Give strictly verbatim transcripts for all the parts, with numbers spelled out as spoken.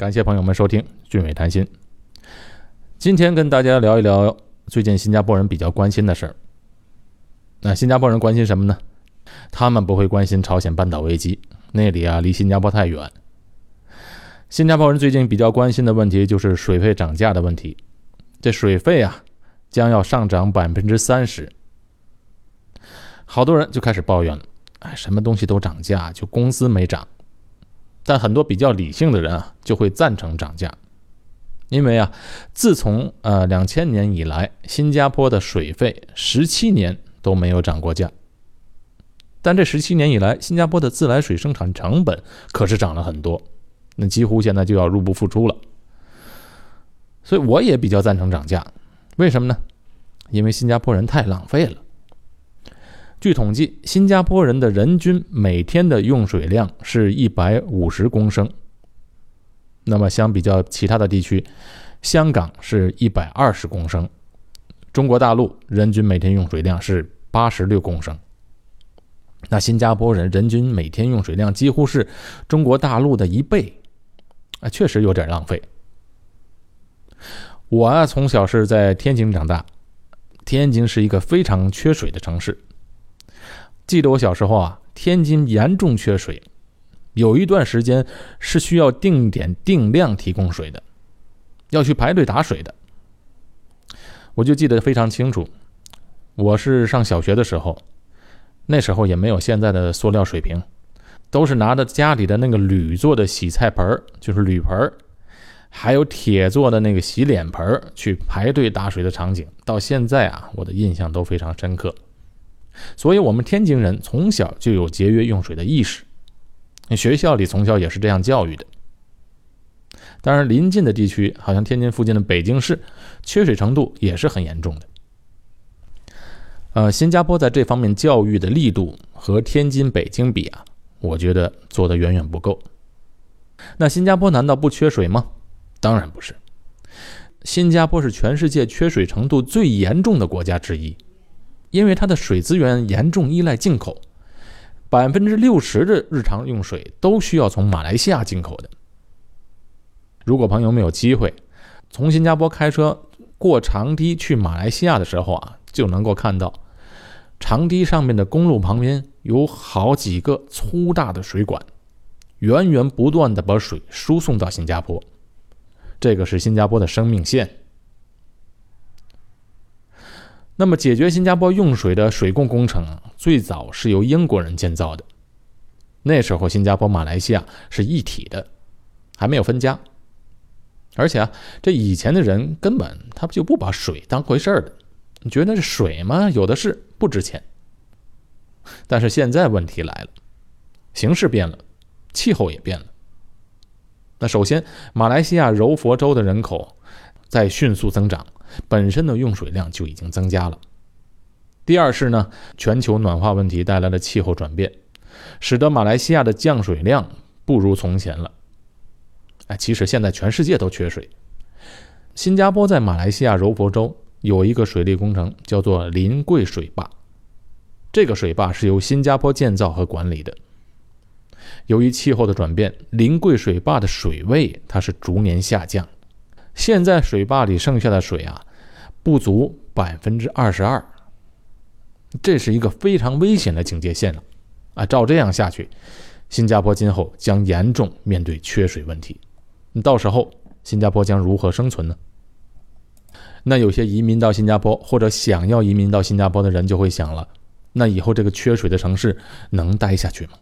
感谢朋友们收听俊伟谈心。今天跟大家聊一聊最近新加坡人比较关心的事儿。那新加坡人关心什么呢？他们不会关心朝鲜半岛危机，那里啊离新加坡太远。新加坡人最近比较关心的问题就是水费涨价的问题。这水费啊将要上涨百分之三十，好多人就开始抱怨了，哎，什么东西都涨价，就工资没涨。但很多比较理性的人啊，就会赞成涨价，因为啊，自从呃两千年以来，新加坡的水费十七年都没有涨过价。但这十七年以来，新加坡的自来水生产成本可是涨了很多，那几乎现在就要入不敷出了。所以我也比较赞成涨价，为什么呢？因为新加坡人太浪费了。据统计，新加坡人的人均每天的用水量是一百五十公升。那么相比较其他的地区，香港是一百二十公升，中国大陆人均每天用水量是八十六公升。那新加坡人人均每天用水量几乎是中国大陆的一倍，啊，确实有点浪费。我啊从小是在天津长大，天津是一个非常缺水的城市。记得我小时候啊，天津严重缺水，有一段时间是需要定点定量提供水的，要去排队打水的。我就记得非常清楚，我是上小学的时候，那时候也没有现在的塑料水瓶，都是拿着家里的那个铝做的洗菜盆，就是铝盆，还有铁做的那个洗脸盆去排队打水的场景，到现在啊，我的印象都非常深刻。所以我们天津人从小就有节约用水的意识，学校里从小也是这样教育的。当然临近的地区，好像天津附近的北京市，缺水程度也是很严重的。呃，新加坡在这方面教育的力度和天津、北京比啊，我觉得做得远远不够。那新加坡难道不缺水吗？当然不是。新加坡是全世界缺水程度最严重的国家之一，因为它的水资源严重依赖进口，百分之六十的日常用水都需要从马来西亚进口的。如果朋友们有机会从新加坡开车过长堤去马来西亚的时候啊，就能够看到长堤上面的公路旁边有好几个粗大的水管，源源不断的把水输送到新加坡，这个是新加坡的生命线。那么解决新加坡用水的水供工程最早是由英国人建造的，那时候新加坡马来西亚是一体的，还没有分家。而且啊，这以前的人根本他就不把水当回事儿的，你觉得这水嘛，有的是，不值钱。但是现在问题来了，形势变了，气候也变了。那首先，马来西亚柔佛州的人口在迅速增长，本身的用水量就已经增加了。第二是呢，全球暖化问题带来的气候转变，使得马来西亚的降水量不如从前了。哎，其实现在全世界都缺水。新加坡在马来西亚柔佛州有一个水利工程，叫做临桂水坝。这个水坝是由新加坡建造和管理的。由于气候的转变，临桂水坝的水位它是逐年下降。现在水坝里剩下的水啊，不足百分之二十二，这是一个非常危险的警戒线了啊！照这样下去，新加坡今后将严重面对缺水问题。到时候新加坡将如何生存呢？那有些移民到新加坡或者想要移民到新加坡的人就会想了，那以后这个缺水的城市能待下去吗？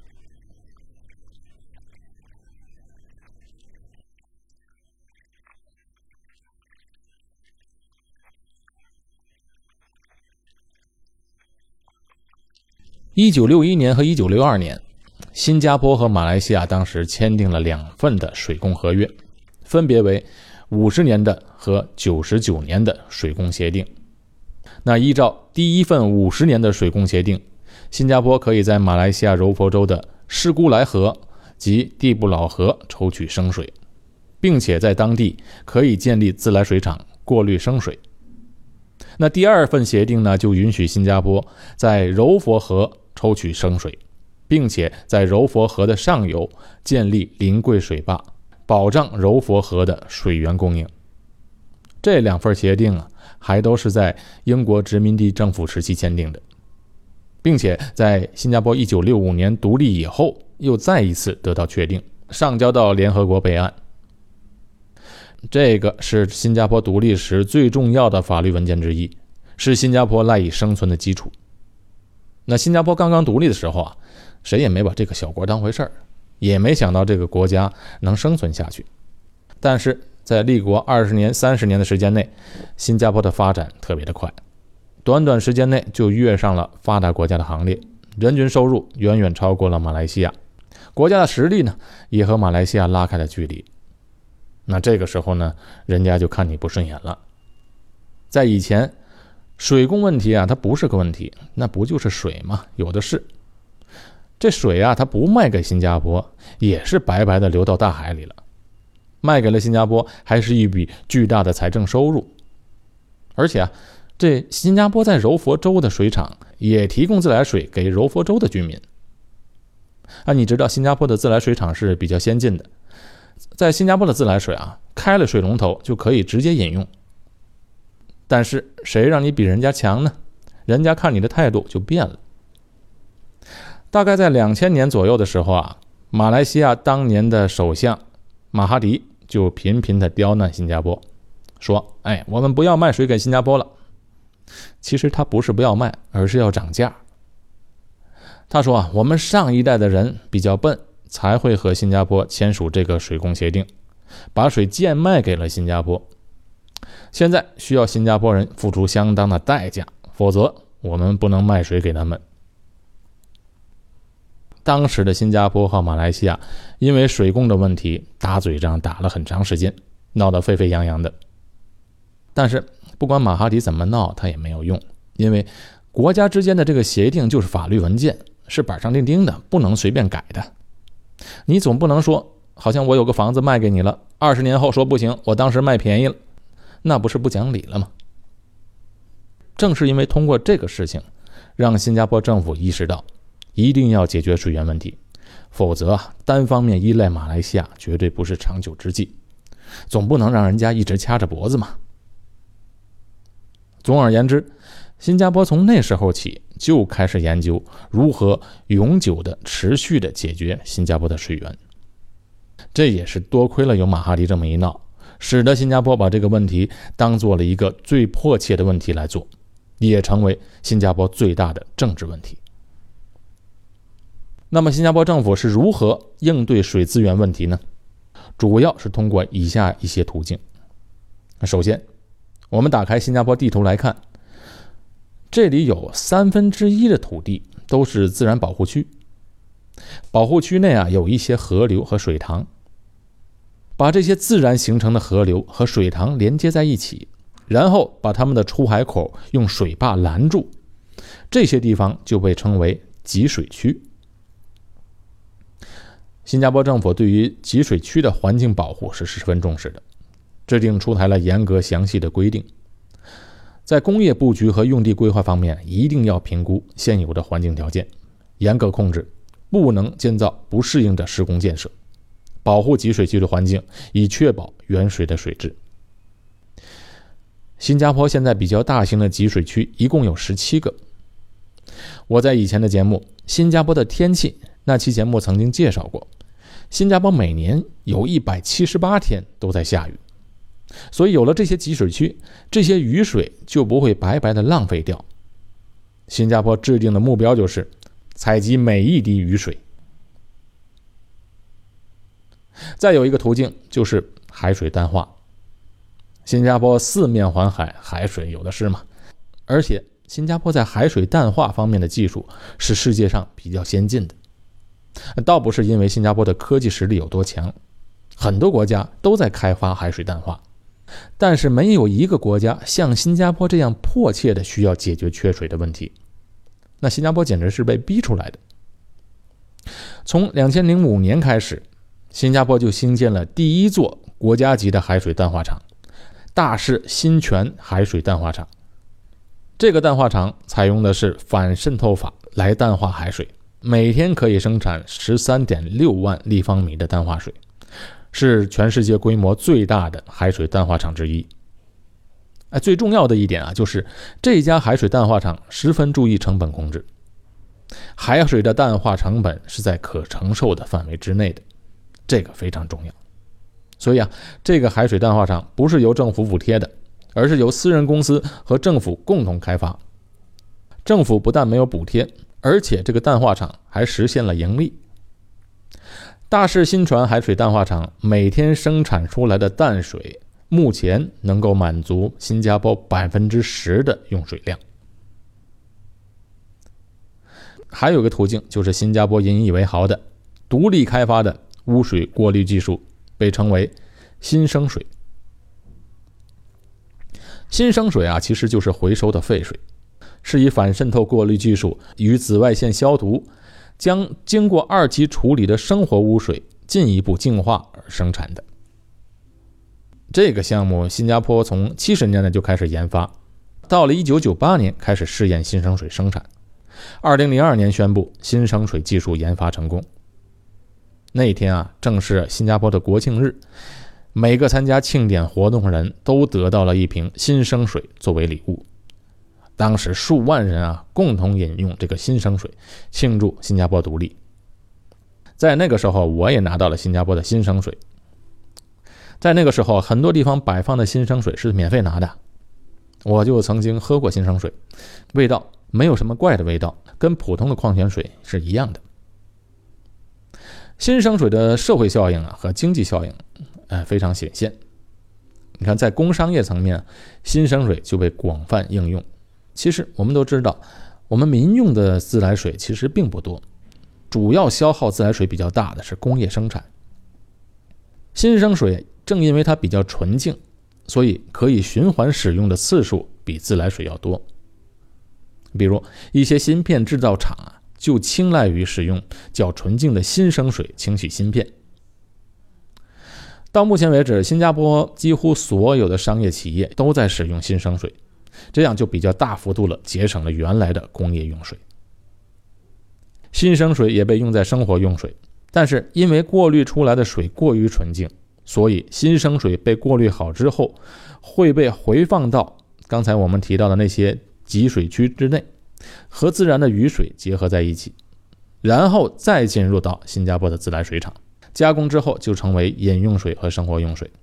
一九六一年和一九六二年，新加坡和马来西亚当时签订了两份的水供合约，分别为五十年的和九十九年的水供协定。那依照第一份五十年的水供协定，新加坡可以在马来西亚柔佛州的施姑来河及蒂布老河抽取生水，并且在当地可以建立自来水厂过滤生水。那第二份协定呢，就允许新加坡在柔佛河抽取生水，并且在柔佛河的上游建立临桂水坝， 保障柔佛河的水源供应。这两份协定啊，还都是在英国殖民地政府时期签订的，并且在新加坡一九六五年独立以后，又再一次得到确定，上交到联合国备案。这个是新加坡独立时最重要的法律文件之一，是新加坡赖以生存的基础。那新加坡刚刚独立的时候啊，谁也没把这个小国当回事儿，也没想到这个国家能生存下去。但是在立国二十年、三十年的时间内，新加坡的发展特别的快，短短时间内就跃上了发达国家的行列，人均收入远远超过了马来西亚，国家的实力呢，也和马来西亚拉开了距离。那这个时候呢，人家就看你不顺眼了。在以前，水供问题啊，它不是个问题，那不就是水吗？有的是。这水啊，它不卖给新加坡，也是白白的流到大海里了。卖给了新加坡，还是一笔巨大的财政收入。而且啊，这新加坡在柔佛州的水厂也提供自来水给柔佛州的居民。啊，你知道新加坡的自来水厂是比较先进的。在新加坡的自来水啊，开了水龙头就可以直接饮用。但是谁让你比人家强呢？人家看你的态度就变了。大概在两千年左右的时候啊，马来西亚当年的首相马哈迪就频频的刁难新加坡，说：“哎，我们不要卖水给新加坡了。”其实他不是不要卖，而是要涨价。他说啊，我们上一代的人比较笨，才会和新加坡签署这个水供协定，把水贱卖给了新加坡。现在需要新加坡人付出相当的代价，否则我们不能卖水给他们。当时的新加坡和马来西亚因为水供的问题打嘴仗打了很长时间，闹得沸沸扬扬的。但是不管马哈迪怎么闹，他也没有用，因为国家之间的这个协定就是法律文件，是板上钉钉的，不能随便改的。你总不能说，好像我有个房子卖给你了，二十年后说不行，我当时卖便宜了，那不是不讲理了吗？正是因为通过这个事情，让新加坡政府意识到一定要解决水源问题，否则啊，单方面依赖马来西亚绝对不是长久之计，总不能让人家一直掐着脖子嘛。总而言之，新加坡从那时候起就开始研究如何永久的、持续的解决新加坡的水源。这也是多亏了有马哈迪这么一闹，使得新加坡把这个问题当做了一个最迫切的问题来做，也成为新加坡最大的政治问题。那么新加坡政府是如何应对水资源问题呢？主要是通过以下一些途径。首先，我们打开新加坡地图来看，这里有三分之一的土地都是自然保护区。保护区内啊，有一些河流和水塘，把这些自然形成的河流和水塘连接在一起，然后把它们的出海口用水坝拦住，这些地方就被称为集水区。新加坡政府对于集水区的环境保护是十分重视的，制定出台了严格详细的规定。在工业布局和用地规划方面，一定要评估现有的环境条件，严格控制，不能建造不适应的施工建设，保护集水区的环境，以确保原水的水质。新加坡现在比较大型的集水区一共有十七个。我在以前的节目《新加坡的天气》那期节目曾经介绍过，新加坡每年有一百七十八天都在下雨，所以有了这些集水区，这些雨水就不会白白的浪费掉。新加坡制定的目标就是采集每一滴雨水。再有一个途径就是海水淡化。新加坡四面环海，海水有的是嘛，而且新加坡在海水淡化方面的技术是世界上比较先进的。倒不是因为新加坡的科技实力有多强，很多国家都在开发海水淡化，但是没有一个国家像新加坡这样迫切的需要解决缺水的问题。那新加坡简直是被逼出来的。从两千零五年开始，新加坡就兴建了第一座国家级的海水淡化厂——大势新泉海水淡化厂。这个淡化厂采用的是反渗透法来淡化海水，每天可以生产 十三点六万立方米的淡化水， 是全世界规模最大的海水淡化厂之一。哎，最重要的一点啊，就是这家海水淡化厂十分注意成本控制，海水的淡化成本是在可承受的范围之内的，这个非常重要。所以啊，这个海水淡化厂不是由政府补贴的，而是由私人公司和政府共同开发。政府不但没有补贴，而且这个淡化厂还实现了盈利。大势新传海水淡化厂每天生产出来的淡水目前能够满足新加坡 百分之十 的用水量。还有个途径，就是新加坡引以为豪的独立开发的污水过滤技术，被称为新生水。新生水啊，其实就是回收的废水，是以反渗透过滤技术与紫外线消毒，将经过二级处理的生活污水进一步净化而生产的。这个项目新加坡从七十年代就开始研发，到了一九九八年开始试验新生水生产，二零零二年宣布新生水技术研发成功。那一天啊，正是新加坡的国庆日，每个参加庆典活动的人都得到了一瓶新生水作为礼物。当时数万人啊共同饮用这个新生水，庆祝新加坡独立。在那个时候，我也拿到了新加坡的新生水。在那个时候，很多地方摆放的新生水是免费拿的，我就曾经喝过新生水，味道没有什么怪的味道，跟普通的矿泉水是一样的。新生水的社会效应啊和经济效应，呃非常显现。你看，在工商业层面，新生水就被广泛应用。其实我们都知道，我们民用的自来水其实并不多，主要消耗自来水比较大的是工业生产。新生水正因为它比较纯净，所以可以循环使用的次数比自来水要多。比如一些芯片制造厂啊，就青睐于使用较纯净的新生水清洗芯片。到目前为止，新加坡几乎所有的商业企业都在使用新生水，这样就比较大幅度了节省了原来的工业用水。新生水也被用在生活用水，但是因为过滤出来的水过于纯净，所以新生水被过滤好之后，会被回放到刚才我们提到的那些集水区之内，和自然的雨水结合在一起，然后再进入到新加坡的自来水厂，加工之后就成为饮用水和生活用水。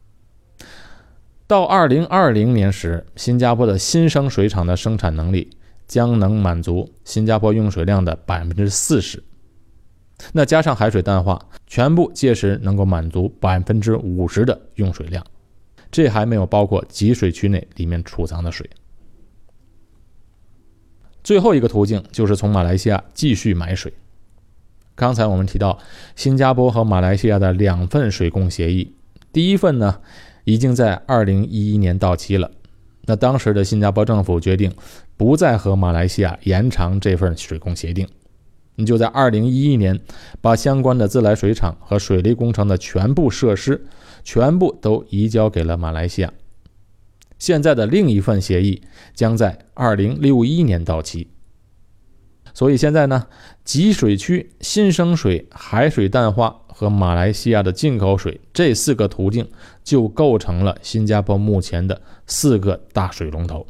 到二零二零年时，新加坡的新生水厂的生产能力将能满足新加坡用水量的 百分之四十， 那加上海水淡化，全部届时能够满足 百分之五十 的用水量，这还没有包括集水区内里面储藏的水。最后一个途径就是从马来西亚继续买水。刚才我们提到新加坡和马来西亚的两份水供协议，第一份呢已经在二零一一年到期了，那当时的新加坡政府决定不再和马来西亚延长这份水供协定，你就在二零一一年把相关的自来水厂和水利工程的全部设施全部都移交给了马来西亚。现在的另一份协议将在二零六一年到期。所以现在呢，集水区、新生水、海水淡化和马来西亚的进口水这四个途径就构成了新加坡目前的四个大水龙头。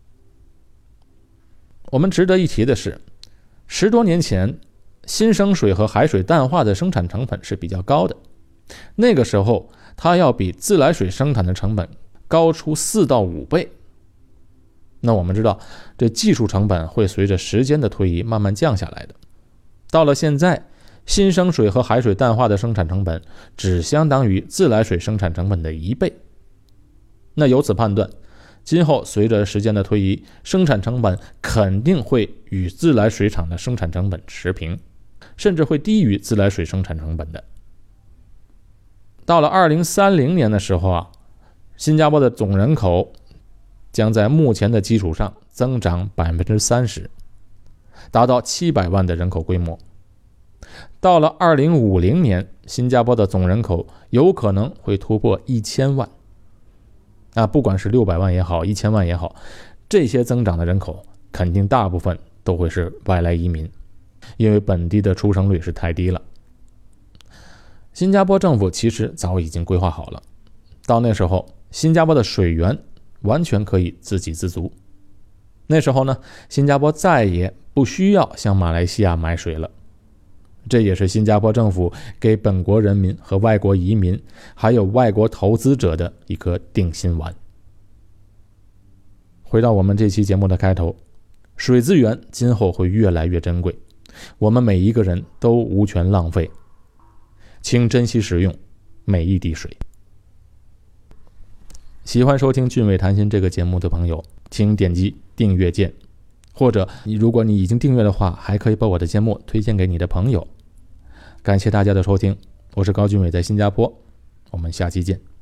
我们值得一提的是，十多年前新生水和海水淡化的生产成本是比较高的，那个时候它要比自来水生产的成本高出四到五倍。那我们知道，这技术成本会随着时间的推移慢慢降下来的。到了现在，新生水和海水淡化的生产成本只相当于自来水生产成本的一倍。那由此判断，今后随着时间的推移，生产成本肯定会与自来水厂的生产成本持平，甚至会低于自来水生产成本的。到了二零三零年的时候啊，新加坡的总人口将在目前的基础上增长 百分之三十， 达到七百万的人口规模。到了二零五零年，新加坡的总人口有可能会突破一千万。啊，不管是六百万也好，一千万也好，这些增长的人口肯定大部分都会是外来移民，因为本地的出生率是太低了。 新加坡政府其实早已经规划好了，到那时候新加坡的水源完全可以自给自足。那时候呢，新加坡再也不需要向马来西亚买水了。这也是新加坡政府给本国人民和外国移民还有外国投资者的一颗定心丸。回到我们这期节目的开头，水资源今后会越来越珍贵，我们每一个人都无权浪费，请珍惜使用每一滴水。喜欢收听俊伟谈心这个节目的朋友，请点击订阅键，或者如果你已经订阅的话，还可以把我的节目推荐给你的朋友。感谢大家的收听，我是高俊伟，在新加坡，我们下期见。